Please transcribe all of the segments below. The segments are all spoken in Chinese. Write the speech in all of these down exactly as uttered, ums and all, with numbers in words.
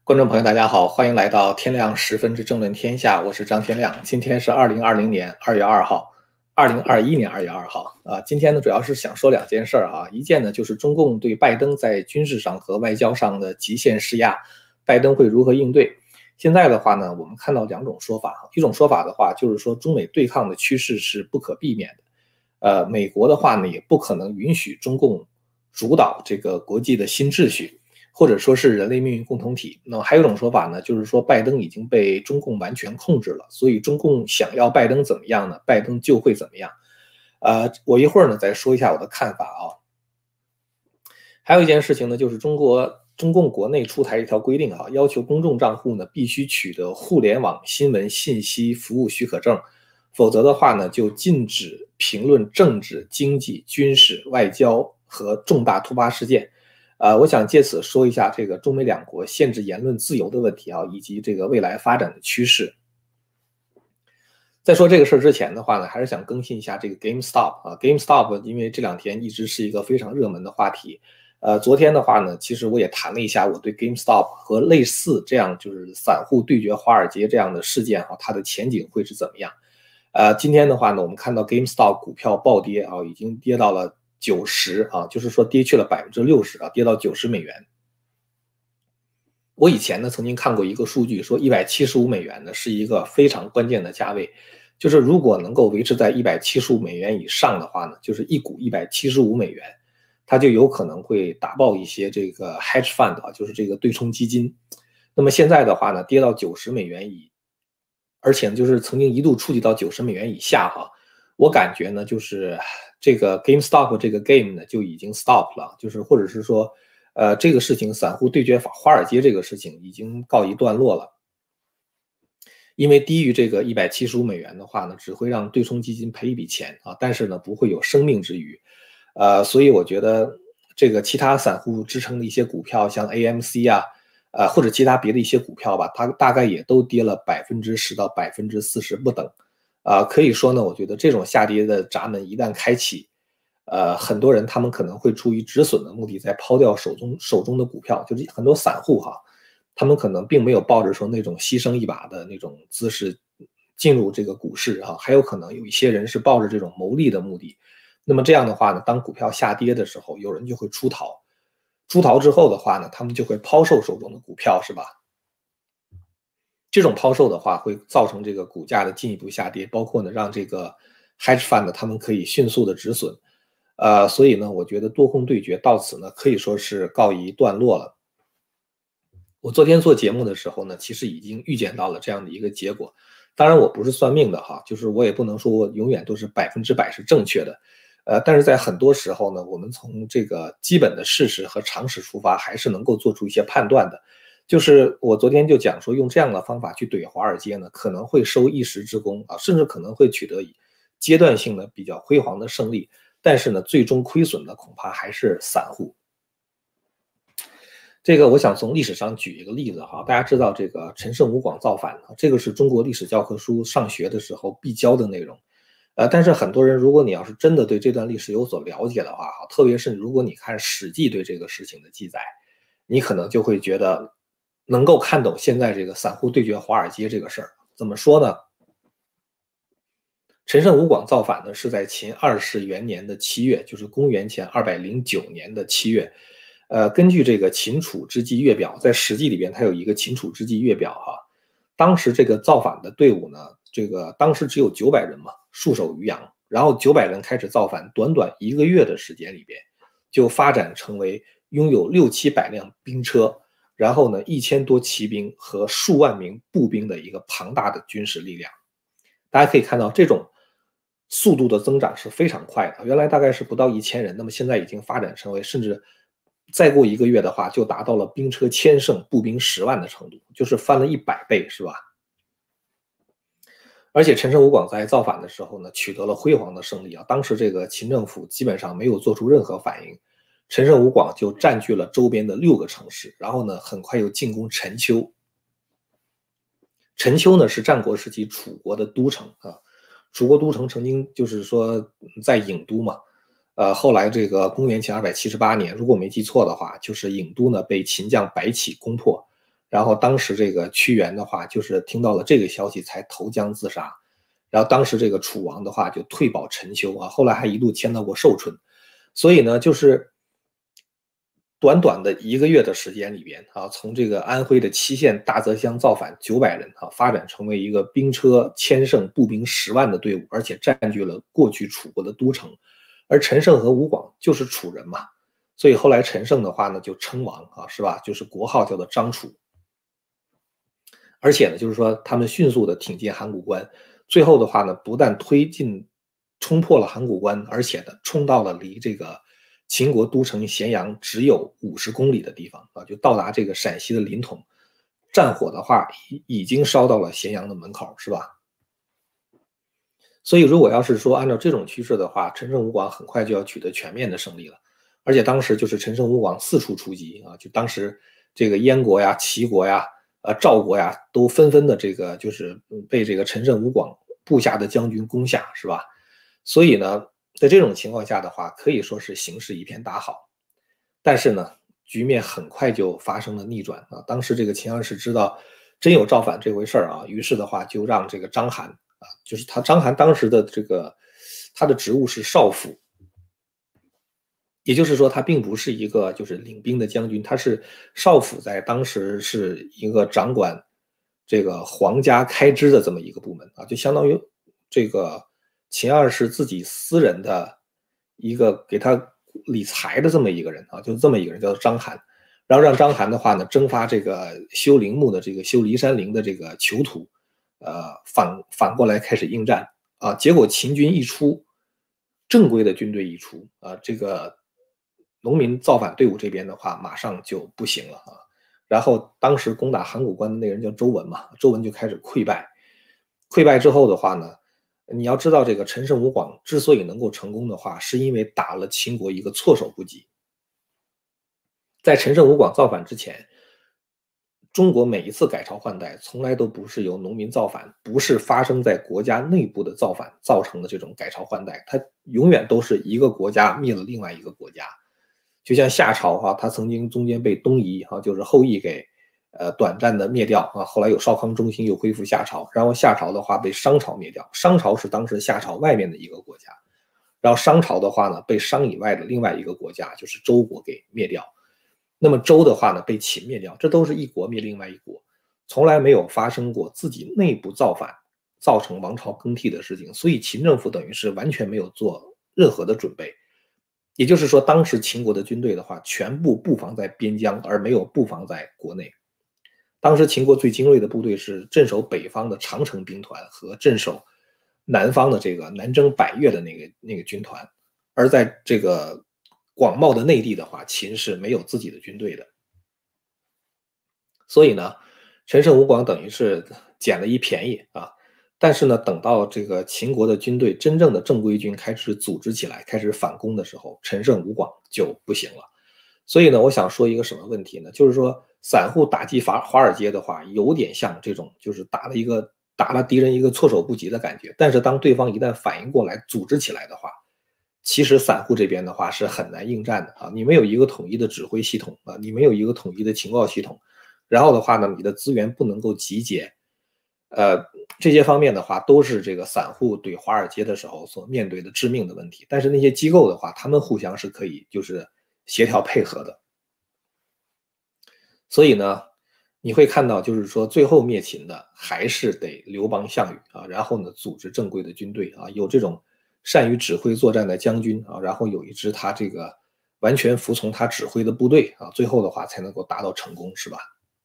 观众朋友，大家好，欢迎来到天亮十分之政论天下，我是张天亮。今天是二零二零年二月二号，二零二一年二月二号啊。今天呢，主要是想说两件事儿啊。一件呢，就是中共对拜登在军事上和外交上的极限施压，拜登会如何应对？现在的话呢，我们看到两种说法，一种说法的话，就是说中美对抗的趋势是不可避免的。呃，美国的话呢，也不可能允许中共主导这个国际的新秩序。或者说是人类命运共同体。那么还有一种说法呢，就是说拜登已经被中共完全控制了，所以中共想要拜登怎么样呢？拜登就会怎么样。呃，我一会儿呢再说一下我的看法啊。还有一件事情呢，就是中国中共国内出台一条规定啊，要求公众账户呢必须取得互联网新闻信息服务许可证，否则的话呢就禁止评论政治、经济、军事、外交和重大突发事件。呃，我想借此说一下这个中美两国限制言论自由的问题啊，以及这个未来发展的趋势。在说这个事儿之前的话呢，还是想更新一下这个 GameStop 啊 ，GameStop 因为这两天一直是一个非常热门的话题。呃，昨天的话呢，其实我也谈了一下我对 GameStop 和类似这样就是散户对决华尔街这样的事件啊，它的前景会是怎么样？呃，今天的话呢，我们看到 GameStop 股票暴跌啊，已经跌到了九十啊，就是说跌去了百分之六十啊，跌到九十美元。我以前呢曾经看过一个数据，说一百七十五美元呢是一个非常关键的价位，就是如果能够维持在一百七十五美元以上的话呢，就是一股一百七十五美元，它就有可能会打爆一些这个 hedge fund 啊，就是这个对冲基金。那么现在的话呢，跌到九十美元以，而且呢就是曾经一度触及到九十美元以下哈。我感觉呢，就是这个 GameStop 这个 game 呢就已经 stop 了，就是或者是说，呃，这个事情散户对决华尔街这个事情已经告一段落了。因为低于这个一百七十五美元的话呢，只会让对冲基金赔一笔钱啊，但是呢不会有生命之余。呃，所以我觉得这个其他散户支撑的一些股票，像 A M C 啊，呃或者其他别的一些股票吧，它大概也都跌了百分之十到百分之四十不等。啊、呃，可以说呢，我觉得这种下跌的闸门一旦开启，呃，很多人他们可能会出于止损的目的，在抛掉手中手中的股票，就是很多散户哈，他们可能并没有抱着说那种牺牲一把的那种姿势进入这个股市啊，还有可能有一些人是抱着这种牟利的目的。那么这样的话呢，当股票下跌的时候，有人就会出逃，出逃之后的话呢，他们就会抛售手中的股票，是吧？这种抛售的话，会造成这个股价的进一步下跌，包括呢让这个 hedge fund 他们可以迅速的止损，呃，所以呢，我觉得多空对决到此呢可以说是告一段落了。我昨天做节目的时候呢，其实已经预见到了这样的一个结果。当然，我不是算命的哈，就是我也不能说我永远都是百分之百是正确的，呃，但是在很多时候呢，我们从这个基本的事实和常识出发，还是能够做出一些判断的。就是我昨天就讲说，用这样的方法去怼华尔街呢，可能会收一时之功啊，甚至可能会取得阶段性的比较辉煌的胜利，但是呢，最终亏损的恐怕还是散户。这个我想从历史上举一个例子哈，大家知道这个陈胜吴广造反，这个是中国历史教科书上学的时候必教的内容。呃，但是很多人，如果你要是真的对这段历史有所了解的话，哈，特别是如果你看《史记》对这个事情的记载，你可能就会觉得能够看懂现在这个散户对决华尔街这个事儿。怎么说呢？陈胜吴广造反呢，是在秦二世元年的七月，就是公元前二百零九年的七月。呃，根据这个秦楚之际月表，在《史记》里边它有一个秦楚之际月表哈。当时这个造反的队伍呢，这个当时只有九百人嘛，戍守渔阳，然后九百人开始造反，短短一个月的时间里边，就发展成为拥有六七百辆兵车，然后呢一千多骑兵和数万名步兵的一个庞大的军事力量。大家可以看到，这种速度的增长是非常快的。原来大概是不到一千人，那么现在已经发展成为甚至再过一个月的话，就达到了兵车千乘、步兵十万的程度，就是翻了一百倍，是吧？而且陈胜吴广在造反的时候呢，取得了辉煌的胜利啊！当时这个秦政府基本上没有做出任何反应，陈胜吴广就占据了周边的六个城市，然后呢，很快又进攻陈丘。陈丘呢是战国时期楚国的都城啊，楚国都城曾经就是说在郢都嘛，呃，后来这个公元前二百七十八年，如果没记错的话，就是郢都呢被秦将白起攻破， 然后当时这个屈原的话，就是听到了这个消息才投江自杀。然后当时这个楚王的话就退保陈丘啊，后来还一度迁到过寿春。所以呢，就是短短的一个月的时间里边啊，从这个安徽的祁县大泽乡造反九百人啊，发展成为一个兵车千乘、步兵十万的队伍，而且占据了过去楚国的都城。而陈胜和吴广就是楚人嘛，所以后来陈胜的话呢就称王啊，是吧？就是国号叫做张楚。而且呢，就是说他们迅速的挺进函谷关，最后的话呢，不但推进冲破了函谷关，而且呢，冲到了离这个秦国都城咸阳只有五十公里的地方啊，就到达这个陕西的临潼。战火的话已已经烧到了咸阳的门口，是吧？所以如果要是说按照这种趋势的话，陈胜吴广很快就要取得全面的胜利了。而且当时就是陈胜吴广四处出击啊，就当时这个燕国呀、齐国呀、呃赵国呀，都纷纷的这个就是被这个陈胜吴广部下的将军攻下，是吧？所以呢，在这种情况下的话，可以说是形势一片大好。但是呢，局面很快就发生了逆转啊！当时这个秦二世知道真有造反这回事儿啊，于是的话就让这个章邯啊，就是他章邯当时的这个他的职务是少府，也就是说他并不是一个就是领兵的将军，他是少府，在当时是一个掌管这个皇家开支的这么一个部门啊，就相当于这个秦二世自己私人的一个给他理财的这么一个人啊，就是这么一个人叫做章邯。然后让章邯的话呢，征发这个修陵墓的这个修骊山陵的这个囚徒，呃，反反过来开始应战啊。结果秦军一出，正规的军队一出啊，这个农民造反队伍这边的话，马上就不行了啊。然后当时攻打函谷关的那个人叫周文嘛，周文就开始溃败。溃败之后的话呢，你要知道这个陈胜吴广之所以能够成功的话，是因为打了秦国一个措手不及。在陈胜吴广造反之前，中国每一次改朝换代从来都不是由农民造反，不是发生在国家内部的造反造成的这种改朝换代，它永远都是一个国家灭了另外一个国家。就像夏朝哈、啊，它曾经中间被东夷哈、啊，就是后羿给呃短暂的灭掉啊，后来有少康中兴又恢复夏朝，然后夏朝的话被商朝灭掉，商朝是当时夏朝外面的一个国家，然后商朝的话呢被商以外的另外一个国家就是周国给灭掉。那么周的话呢，被秦灭掉，这都是一国灭另外一国，从来没有发生过自己内部造反造成王朝更替的事情，所以秦政府等于是完全没有做任何的准备。也就是说，当时秦国的军队的话，全部布防在边疆，而没有布防在国内。当时秦国最精锐的部队是镇守北方的长城兵团和镇守南方的这个南征百越的那个那个军团，而在这个广袤的内地的话，秦是没有自己的军队的。所以呢，陈胜吴广等于是捡了一便宜啊。但是呢，等到这个秦国的军队真正的正规军开始组织起来，开始反攻的时候，陈胜吴广就不行了。所以呢，我想说一个什么问题呢？就是说，散户打击华华尔街的话，有点像这种，就是打了一个打了敌人一个措手不及的感觉。但是当对方一旦反应过来，组织起来的话，其实散户这边的话是很难应战的啊，你没有一个统一的指挥系统啊，你没有一个统一的情报系统，然后的话呢，你的资源不能够集结，呃，这些方面的话都是这个散户怼华尔街的时候所面对的致命的问题。但是那些机构的话，他们互相是可以就是协调配合的。所以呢，你会看到就是说最后灭秦的还是得刘邦、项羽啊，然后呢组织正规的军队啊，有这种善于指挥作战的将军啊，然后有一支他这个完全服从他指挥的部队啊，最后的话才能够达到成功，是吧？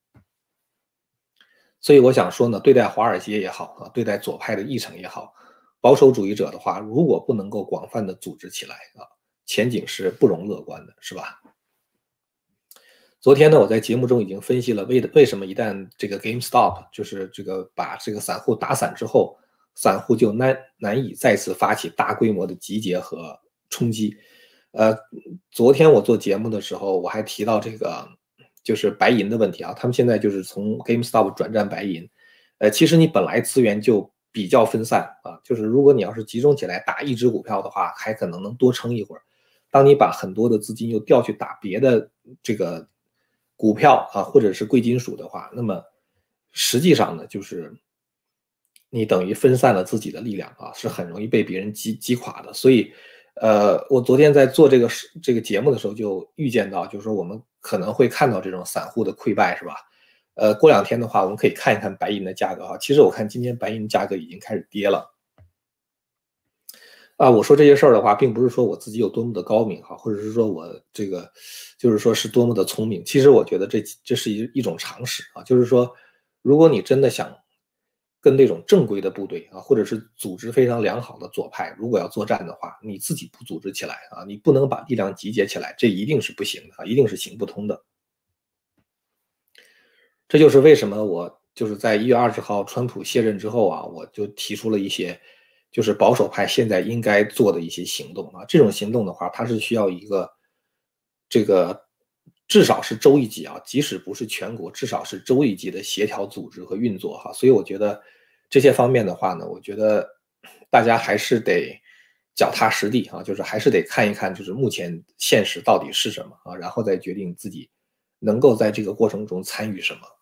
所以我想说呢，对待华尔街也好啊，对待左派的议程也好，保守主义者的话，如果不能够广泛的组织起来啊，前景是不容乐观的，是吧？昨天呢，我在节目中已经分析了为为什么一旦这个 GameStop 就是这个把这个散户打散之后，散户就难难以再次发起大规模的集结和冲击。呃，昨天我做节目的时候，我还提到这个就是白银的问题啊，他们现在就是从 GameStop 转战白银。呃，其实你本来资源就比较分散啊，就是如果你要是集中起来打一只股票的话，还可能能多撑一会儿。当你把很多的资金又调去打别的这个股票啊，或者是贵金属的话，那么实际上呢，就是你等于分散了自己的力量啊，是很容易被别人击击垮的。所以，呃，我昨天在做这个这个节目的时候，就预见到，就是说我们可能会看到这种散户的溃败，是吧？呃，过两天的话，我们可以看一看白银的价格啊。其实我看今天白银价格已经开始跌了。啊，我说这些事儿的话，并不是说我自己有多么的高明哈，或者是说我这个就是说是多么的聪明。其实我觉得这这是一一种常识啊，就是说，如果你真的想跟那种正规的部队啊，或者是组织非常良好的左派，如果要作战的话，你自己不组织起来啊，你不能把力量集结起来，这一定是不行的啊，一定是行不通的。这就是为什么我就是在一月二十号川普卸任之后啊，我就提出了一些就是保守派现在应该做的一些行动啊。这种行动的话，它是需要一个这个至少是州一级啊，即使不是全国，至少是州一级的协调组织和运作哈。所以我觉得这些方面的话呢，我觉得大家还是得脚踏实地啊，就是还是得看一看，就是目前现实到底是什么啊，然后再决定自己能够在这个过程中参与什么。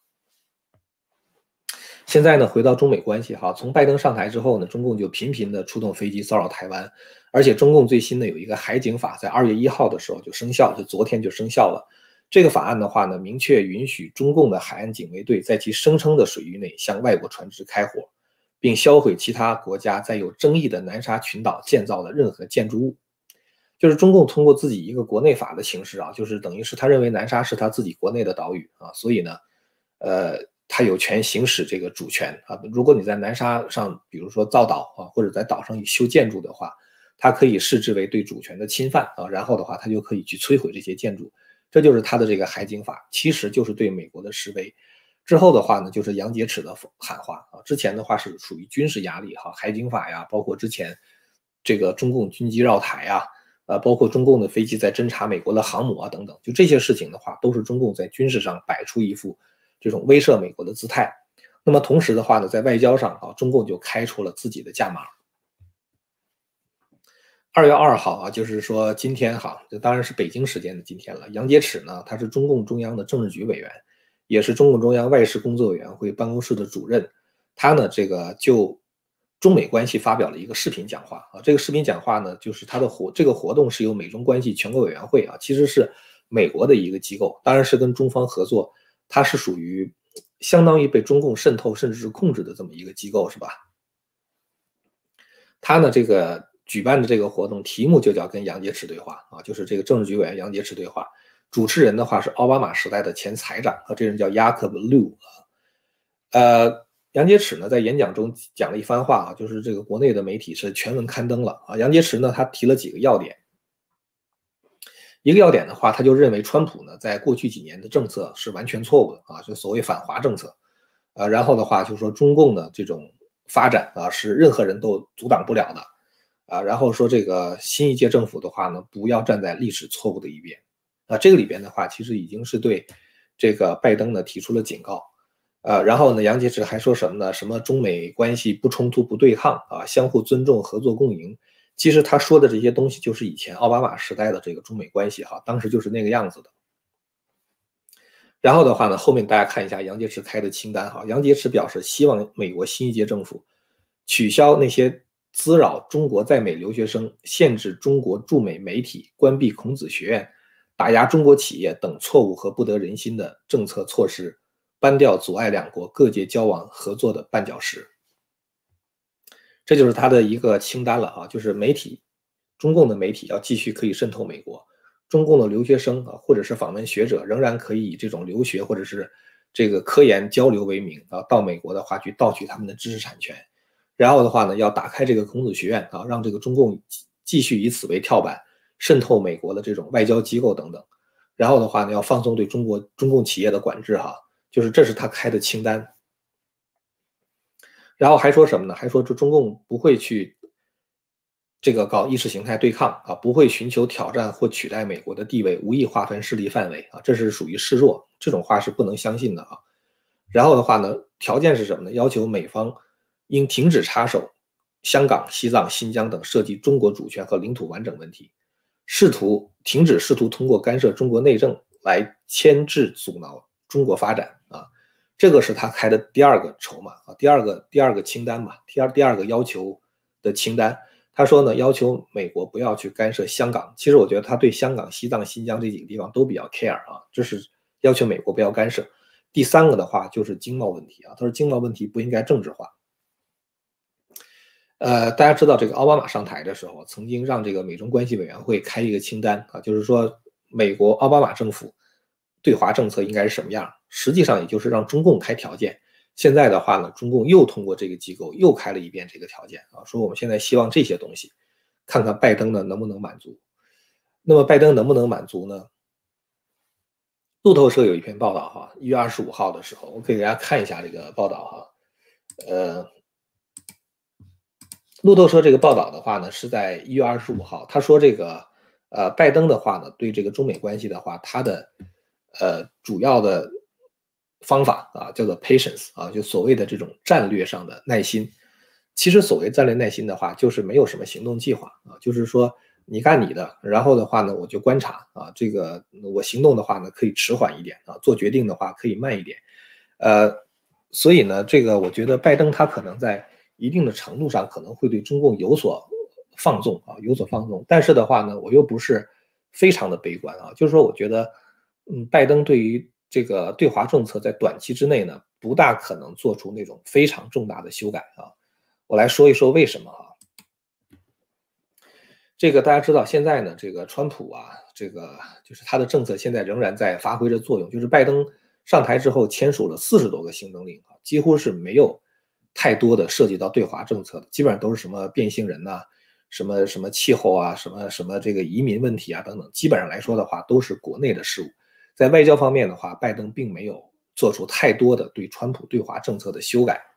现在呢，回到中美关系哈，从拜登上台之后呢，中共就频频的出动飞机骚扰台湾，而且中共最新的有一个海警法，在二月一号的时候就生效，就昨天就生效了。这个法案的话呢，明确允许中共的海岸警卫队在其声称的水域内向外国船只开火，并销毁其他国家在有争议的南沙群岛建造的任何建筑物。就是中共通过自己一个国内法的形式啊，就是等于是他认为南沙是他自己国内的岛屿啊，所以呢，呃。他有权行使这个主权啊！如果你在南沙上，比如说造岛啊，或者在岛上修建筑的话，他可以视之为对主权的侵犯啊，然后的话，他就可以去摧毁这些建筑。这就是他的这个海警法，其实就是对美国的示威。之后的话呢，就是杨洁篪的喊话啊。之前的话是属于军事压力哈，海警法呀，包括之前这个中共军机绕台啊，呃，包括中共的飞机在侦察美国的航母啊等等，就这些事情的话，都是中共在军事上摆出一副这种威慑美国的姿态。那么同时的话呢，在外交上啊，中共就开出了自己的价码。二月二号啊，就是说今天哈，这当然是北京时间的今天了。杨洁篪呢，他是中共中央的政治局委员，也是中共中央外事工作委员会办公室的主任。他呢，这个就中美关系发表了一个视频讲话啊。这个视频讲话呢，就是他的活这个活动是由美中关系全国委员会啊，其实是美国的一个机构，当然是跟中方合作。它是属于相当于被中共渗透甚至是控制的这么一个机构，是吧？他呢，这个举办的这个活动题目就叫跟杨洁篪对话啊，就是这个政治局委员杨洁篪对话。主持人的话是奥巴马时代的前财长啊，这人叫雅克布·刘啊。呃，杨洁篪呢在演讲中讲了一番话啊，就是这个国内的媒体是全文刊登了啊。杨洁篪呢，他提了几个要点。一个要点的话，他就认为川普呢在过去几年的政策是完全错误的啊，就所谓反华政策，呃，然后的话就是说中共的这种发展啊是任何人都阻挡不了的，啊，然后说这个新一届政府的话呢，不要站在历史错误的一边，啊，这个里边的话其实已经是对这个拜登呢提出了警告，呃，然后呢，杨洁篪还说什么呢？什么中美关系不冲突不对抗啊，相互尊重合作共赢。其实他说的这些东西就是以前奥巴马时代的这个中美关系哈，当时就是那个样子的。然后的话呢，后面大家看一下杨洁篪开的清单哈，杨洁篪表示希望美国新一届政府取消那些滋扰中国在美留学生、限制中国驻美媒体、关闭孔子学院、打压中国企业等错误和不得人心的政策措施，搬掉阻碍两国各界交往合作的绊脚石。这就是他的一个清单了啊，就是媒体，中共的媒体要继续可以渗透美国，中共的留学生啊，或者是访问学者，仍然可以以这种留学或者是这个科研交流为名啊，到美国的话去盗取他们的知识产权，然后的话呢，要打开这个孔子学院啊，让这个中共继续以此为跳板，渗透美国的这种外交机构等等，然后的话呢，要放松对中国中共企业的管制哈，就是这是他开的清单。然后还说什么呢？还说这中共不会去这个搞意识形态对抗啊，不会寻求挑战或取代美国的地位，无意划分势力范围啊，这是属于示弱，这种话是不能相信的啊。然后的话呢，条件是什么呢？要求美方应停止插手香港、西藏、新疆等涉及中国主权和领土完整问题，试图停止试图通过干涉中国内政来牵制阻挠中国发展啊，这个是他开的第二个筹码啊，第二个第二个清单吧，第二第二个要求的清单。他说呢，要求美国不要去干涉香港。其实我觉得他对香港、西藏、新疆这几个地方都比较 care 啊，这是要求美国不要干涉。第三个的话就是经贸问题啊，他说经贸问题不应该政治化。呃，大家知道这个奥巴马上台的时候，曾经让这个美中关系委员会开一个清单啊，就是说美国奥巴马政府对华政策应该是什么样，实际上也就是让中共开条件。现在的话呢，中共又通过这个机构又开了一遍这个条件啊，说我们现在希望这些东西，看看拜登呢能不能满足。那么拜登能不能满足呢？路透社有一篇报道哈，一月二十五号的时候，我可以给大家看一下这个报道哈。呃，路透社这个报道的话呢，是在一月二十五号，他说这个呃，拜登的话呢，对这个中美关系的话，他的呃主要的方法啊，叫做 patience 啊，就所谓的这种战略上的耐心。其实所谓战略耐心的话，就是没有什么行动计划啊，就是说你干你的，然后的话呢，我就观察啊，这个我行动的话呢，可以迟缓一点啊，做决定的话可以慢一点。呃，所以呢，这个我觉得拜登他可能在一定的程度上可能会对中共有所放纵啊，有所放纵。但是的话呢，我又不是非常的悲观啊，就是说我觉得，嗯，拜登对于这个对华政策在短期之内呢，不大可能做出那种非常重大的修改啊。我来说一说为什么啊？这个大家知道，现在呢，这个川普啊，这个就是他的政策现在仍然在发挥着作用。就是拜登上台之后签署了四十多个行政令啊，几乎是没有太多的涉及到对华政策的，基本上都是什么变性人呐、啊，什么什么气候啊，什么什么这个移民问题啊等等，基本上来说的话都是国内的事务。在外交方面的话，拜登并没有做出太多的对川普对华政策的修改。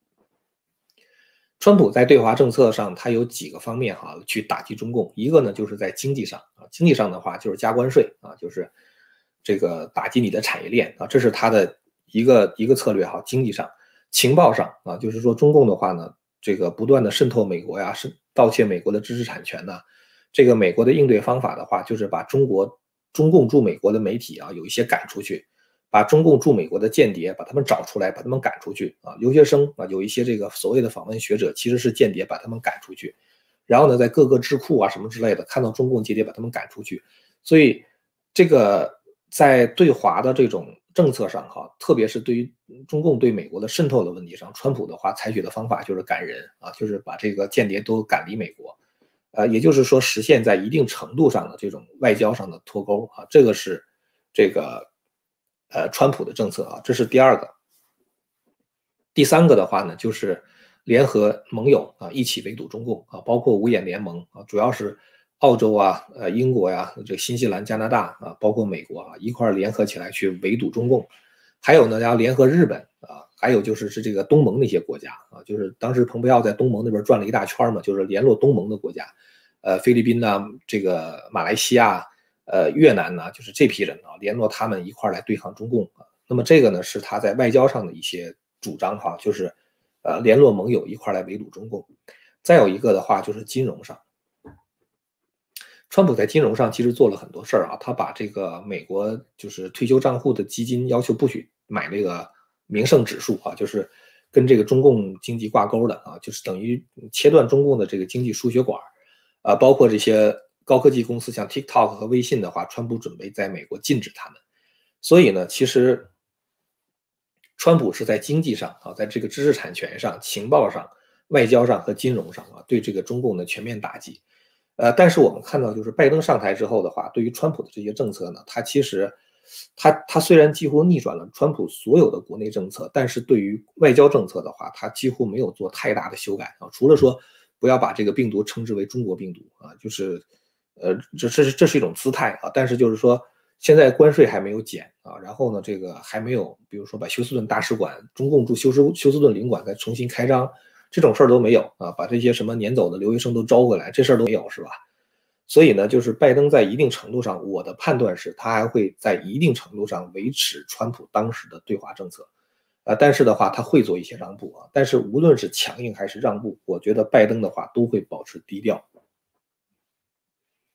川普在对华政策上，他有几个方面哈去打击中共。一个呢，就是在经济上啊，经济上的话就是加关税啊，就是这个打击你的产业链啊，这是他的一个一个策略哈。经济上，情报上啊，就是说中共的话呢，这个不断的渗透美国呀，是盗窃美国的知识产权呐。这个美国的应对方法的话，就是把中国中共驻美国的媒体啊，有一些赶出去。把中共驻美国的间谍，把他们找出来，把他们赶出去啊！留学生啊，有一些这个所谓的访问学者，其实是间谍，把他们赶出去。然后呢，在各个智库啊什么之类的，看到中共间谍，把他们赶出去。所以，这个在对华的这种政策上哈，特别是对于中共对美国的渗透的问题上，川普的话采取的方法就是赶人啊，就是把这个间谍都赶离美国。呃，也就是说，实现在一定程度上的这种外交上的脱钩啊，这个是这个。呃，川普的政策啊，这是第二个。第三个的话呢，就是联合盟友啊，一起围堵中共啊，包括五眼联盟啊，主要是澳洲啊、呃英国呀、这个新西兰、加拿大啊，包括美国啊，一块联合起来去围堵中共。还有呢，要联合日本啊，还有就是是这个东盟那些国家啊，就是当时蓬佩奥在东盟那边转了一大圈嘛，就是联络东盟的国家，呃，菲律宾呐，这个马来西亚。呃，越南呢，就是这批人啊，联络他们一块来对抗中共啊。那么这个呢，是他在外交上的一些主张哈，就是呃联络盟友一块来围堵中共。再有一个的话，就是金融上，川普在金融上其实做了很多事儿啊，他把这个美国就是退休账户的基金要求不许买这个名胜指数啊，就是跟这个中共经济挂钩的啊，就是等于切断中共的这个经济输血管啊，包括这些。高科技公司像 TikTok 和微信的话，川普准备在美国禁止他们。所以呢，其实川普是在经济上啊，在这个知识产权上、情报上、外交上和金融上啊，对这个中共的全面打击。呃，但是我们看到，就是拜登上台之后的话，对于川普的这些政策呢，他其实他他虽然几乎逆转了川普所有的国内政策，但是对于外交政策的话，他几乎没有做太大的修改啊，除了说不要把这个病毒称之为中国病毒啊，就是。呃，这这是这是一种姿态啊，但是就是说，现在关税还没有减啊，然后呢，这个还没有，比如说把休斯顿大使馆、中共驻休斯休斯顿领馆再重新开张，这种事儿都没有啊，把这些什么撵走的留学生都招回来，这事儿都没有，是吧？所以呢，就是拜登在一定程度上，我的判断是他还会在一定程度上维持川普当时的对华政策，啊，但是的话，他会做一些让步啊，但是无论是强硬还是让步，我觉得拜登的话都会保持低调。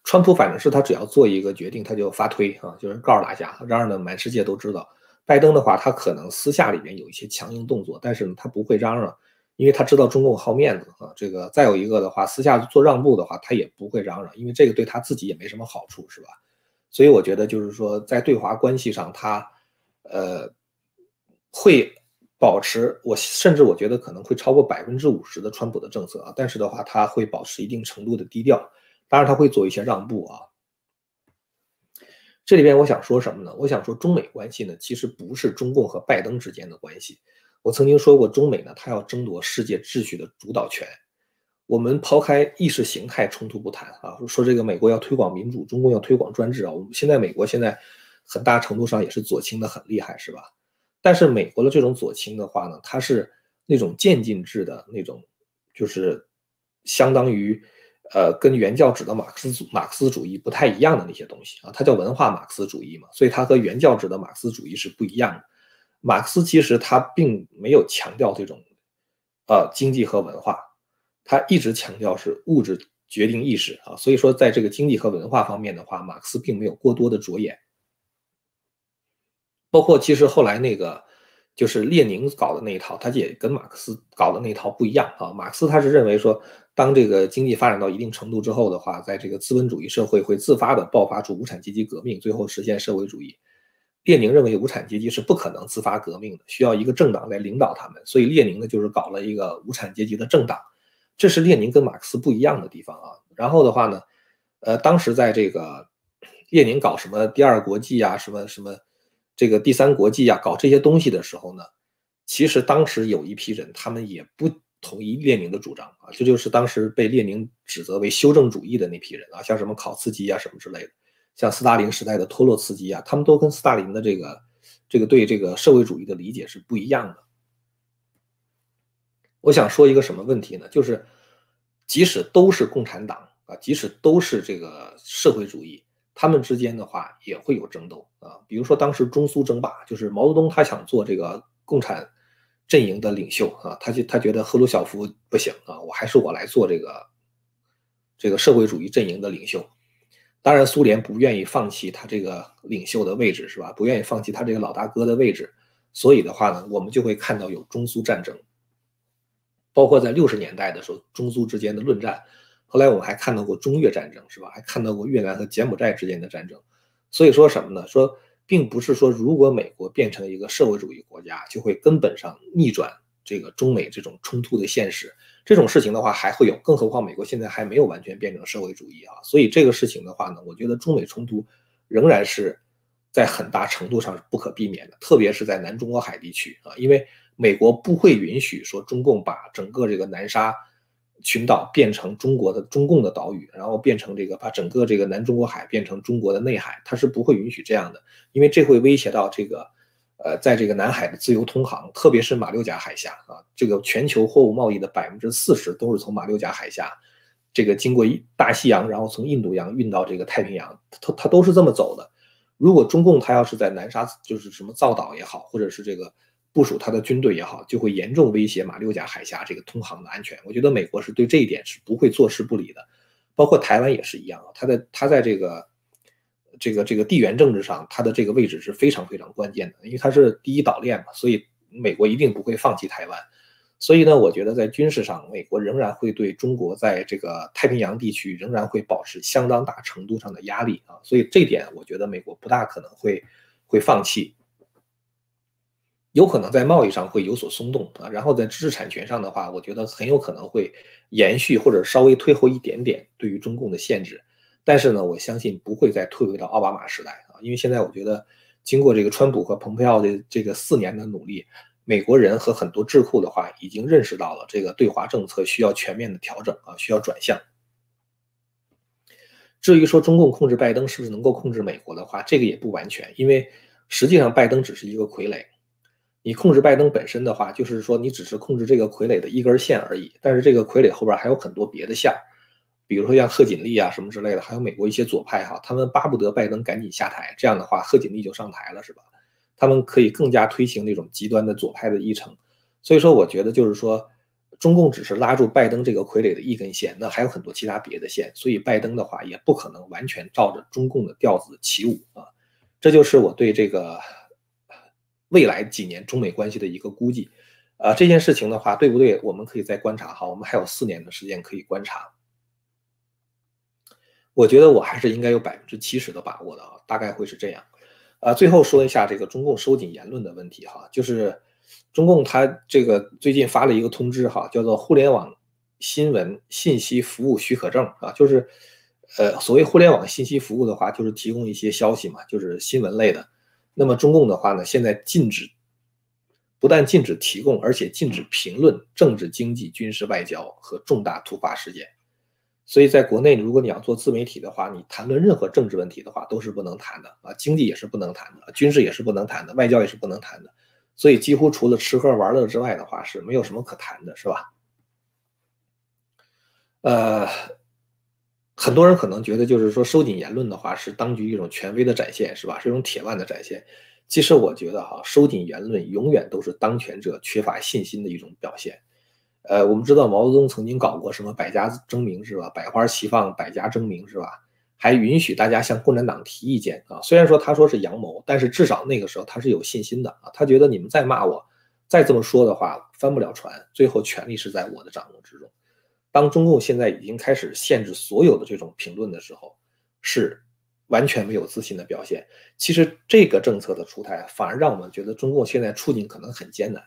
川普反正是他只要做一个决定，他就发推啊，就是告诉大家，嚷嚷的满世界都知道。拜登的话，他可能私下里面有一些强硬动作，但是呢，他不会嚷嚷，因为他知道中共好面子啊。这个再有一个的话，私下做让步的话，他也不会嚷嚷，因为这个对他自己也没什么好处，是吧？所以我觉得就是说，在对华关系上，他呃会保持，我甚至我觉得可能会超过百分之五十的川普的政策啊，但是的话，他会保持一定程度的低调，当然他会做一些让步啊。这里边我想说什么呢？我想说中美关系呢，其实不是中共和拜登之间的关系。我曾经说过，中美呢，他要争夺世界秩序的主导权。我们抛开意识形态冲突不谈啊，说这个美国要推广民主，中共要推广专制啊。我们现在美国现在很大程度上也是左倾的很厉害，是吧？但是美国的这种左倾的话呢，它是那种渐进制的那种，就是相当于呃跟原教旨的马克思马克思主义不太一样的那些东西啊，它叫文化马克思主义嘛，所以它和原教旨的马克思主义是不一样的。马克思其实他并没有强调这种呃经济和文化，他一直强调是物质决定意识啊，所以说在这个经济和文化方面的话，马克思并没有过多的着眼。包括其实后来那个就是列宁搞的那一套，他也跟马克思搞的那一套不一样啊。马克思他是认为说，当这个经济发展到一定程度之后的话，在这个资本主义社会会自发的爆发出无产阶级革命，最后实现社会主义。列宁认为无产阶级是不可能自发革命的，需要一个政党来领导他们，所以列宁呢就是搞了一个无产阶级的政党，这是列宁跟马克思不一样的地方啊。然后的话呢，呃，当时在这个列宁搞什么第二国际啊，什么什么这个第三国际啊，搞这些东西的时候呢，其实当时有一批人他们也不同意列宁的主张啊，这就是当时被列宁指责为修正主义的那批人啊，像什么考茨基啊什么之类的。像斯大林时代的托洛茨基啊，他们都跟斯大林的这个这个对这个社会主义的理解是不一样的。我想说一个什么问题呢？就是即使都是共产党啊，即使都是这个社会主义，他们之间的话也会有争斗啊。比如说当时中苏争霸，就是毛泽东他想做这个共产阵营的领袖啊，他就他觉得赫鲁晓夫不行啊，我还是我来做这个这个社会主义阵营的领袖。当然，苏联不愿意放弃他这个领袖的位置，是吧？不愿意放弃他这个老大哥的位置，所以的话呢，我们就会看到有中苏战争，包括在六十年代的时候，中苏之间的论战。后来我们还看到过中越战争，是吧？还看到过越南和柬埔寨之间的战争。所以说什么呢？说并不是说如果美国变成一个社会主义国家，就会根本上逆转这个中美这种冲突的现实。这种事情的话还会有，更何况美国现在还没有完全变成社会主义啊，所以这个事情的话呢，我觉得中美冲突仍然是在很大程度上是不可避免的，特别是在南中国海地区啊，因为美国不会允许说中共把整个这个南沙群岛变成中国的中共的岛屿，然后变成这个把整个这个南中国海变成中国的内海，它是不会允许这样的，因为这会威胁到这个。呃，在这个南海的自由通航，特别是马六甲海峡啊，这个全球货物贸易的百分之四十都是从马六甲海峡，这个经过大西洋，然后从印度洋运到这个太平洋，它它都是这么走的。如果中共它要是在南沙就是什么造岛也好，或者是这个部署它的军队也好，就会严重威胁马六甲海峡这个通航的安全。我觉得美国是对这一点是不会坐视不理的，包括台湾也是一样，它在它在这个。这个这个地缘政治上，它的这个位置是非常非常关键的，因为它是第一岛链嘛，所以美国一定不会放弃台湾。所以呢，我觉得在军事上，美国仍然会对中国在这个太平洋地区仍然会保持相当大程度上的压力啊，所以这点我觉得美国不大可能会会放弃，有可能在贸易上会有所松动啊，然后在知识产权上的话，我觉得很有可能会延续或者稍微退后一点点对于中共的限制。但是呢，我相信不会再退回到奥巴马时代啊，因为现在我觉得经过这个川普和蓬佩奥的这个四年的努力，美国人和很多智库的话已经认识到了这个对华政策需要全面的调整啊，需要转向。至于说中共控制拜登是不是能够控制美国的话，这个也不完全，因为实际上拜登只是一个傀儡。你控制拜登本身的话，就是说你只是控制这个傀儡的一根线而已，但是这个傀儡后边还有很多别的线。比如说像贺锦丽啊什么之类的，还有美国一些左派哈，他们巴不得拜登赶紧下台，这样的话贺锦丽就上台了，是吧？他们可以更加推行那种极端的左派的议程。所以说，我觉得就是说， 中共只是拉住拜登这个傀儡的一根线，那还有很多其他别的线，所以拜登的话也不可能完全照着中共的调子起舞啊。这就是我对这个未来几年中美关系的一个估计。啊，这件事情的话，对不对？我们可以再观察哈，我们还有四年的时间可以观察。我觉得我还是应该有百分之七十的把握的啊，大概会是这样。啊，最后说一下这个中共收紧言论的问题哈，就是中共他这个最近发了一个通知哈，叫做互联网新闻信息服务许可证啊，就是呃所谓互联网信息服务的话，就是提供一些消息嘛，就是新闻类的。那么中共的话呢，现在禁止，不但禁止提供，而且禁止评论政治、经济、军事、外交和重大突发事件。所以在国内，如果你要做自媒体的话，你谈论任何政治问题的话，都是不能谈的啊，经济也是不能谈的，军事也是不能谈的，外交也是不能谈的。所以几乎除了吃喝玩乐之外的话，是没有什么可谈的，是吧？呃，很多人可能觉得，就是说收紧言论的话，是当局一种权威的展现，是吧？是一种铁腕的展现。其实我觉得哈，收紧言论永远都是当权者缺乏信心的一种表现。呃，我们知道毛泽东曾经搞过什么百家争鸣是吧？百花齐放，百家争鸣是吧？还允许大家向共产党提意见啊。虽然说他说是阳谋，但是至少那个时候他是有信心的啊。他觉得你们再骂我，再这么说的话，翻不了船，最后权力是在我的掌握之中。当中共现在已经开始限制所有的这种评论的时候，是完全没有自信的表现。其实这个政策的出台，反而让我们觉得中共现在处境可能很艰难。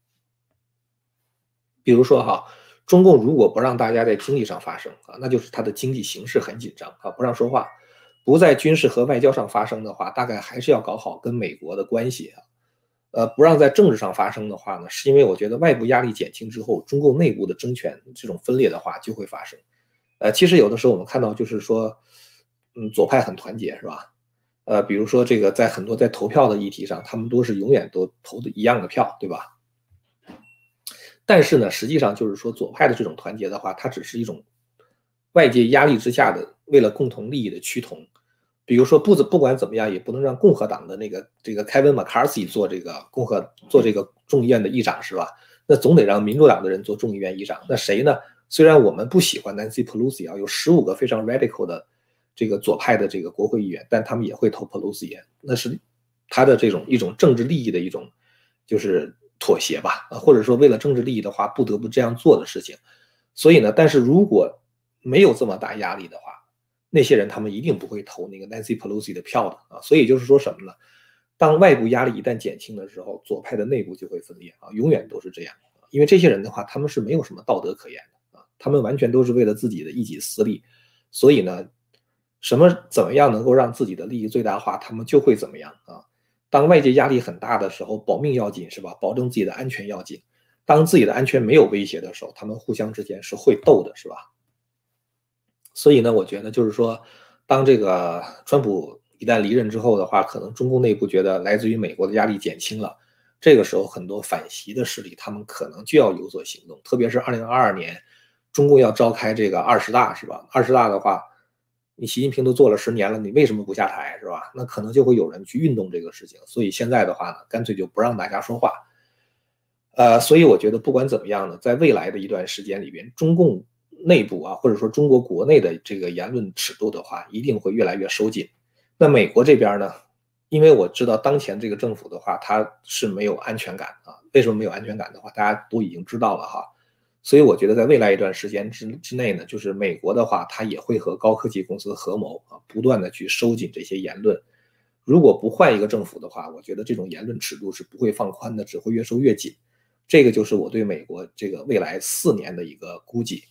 比如说哈，中共如果不让大家在经济上发声啊，那就是它的经济形势很紧张啊，不让说话；不在军事和外交上发声的话，大概还是要搞好跟美国的关系啊。呃，不让在政治上发生的话呢，是因为我觉得外部压力减轻之后，中共内部的争权这种分裂的话就会发生。呃，其实有的时候我们看到就是说，嗯，左派很团结是吧？呃，比如说这个在很多在投票的议题上，他们都是永远都投的一样的票，对吧？但是呢，实际上就是说左派的这种团结的话，它只是一种外界压力之下的为了共同利益的趋同。比如说不不管怎么样，也不能让共和党的那个这个 Kevin McCarthy 做这个共和做这个众议院的议长是吧？那总得让民主党的人做众议院议长。那谁呢？虽然我们不喜欢 Nancy Pelosi 啊，有十五个非常 radical 的这个左派的这个国会议员，但他们也会投 Pelosi，那是他的这种一种政治利益的一种就是妥协吧，或者说为了政治利益的话，不得不这样做的事情。所以呢，但是如果没有这么大压力的话，那些人他们一定不会投那个 Nancy Pelosi 的票的啊。所以就是说什么呢？当外部压力一旦减轻的时候，左派的内部就会分裂啊，永远都是这样。因为这些人的话，他们是没有什么道德可言的啊，他们完全都是为了自己的一己私利。所以呢，什么怎么样能够让自己的利益最大化，他们就会怎么样啊。当外界压力很大的时候，保命要紧是吧？保证自己的安全要紧。当自己的安全没有威胁的时候，他们互相之间是会斗的，是吧？所以呢，我觉得就是说，当这个川普一旦离任之后的话，可能中共内部觉得来自于美国的压力减轻了，这个时候很多反习的势力，他们可能就要有所行动。特别是二零二二年，中共要召开这个二十大，是吧？二十大的话，你习近平都做了十年了，你为什么不下台，是吧？那可能就会有人去运动这个事情。所以现在的话呢，干脆就不让大家说话。呃，所以我觉得不管怎么样呢，在未来的一段时间里边，中共内部啊，或者说中国国内的这个言论尺度的话，一定会越来越收紧。那美国这边呢，因为我知道当前这个政府的话，它是没有安全感啊。为什么没有安全感的话，大家都已经知道了哈。所以我觉得在未来一段时间之之内呢，就是美国的话，它也会和高科技公司合谋啊，不断的去收紧这些言论。如果不换一个政府的话，我觉得这种言论尺度是不会放宽的，只会越收越紧。这个就是我对美国这个未来四年的一个估计。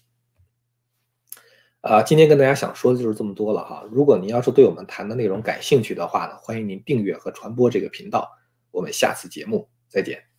啊，今天跟大家想说的就是这么多了哈。如果您要是对我们谈的内容感兴趣的话呢，欢迎您订阅和传播这个频道。我们下次节目再见。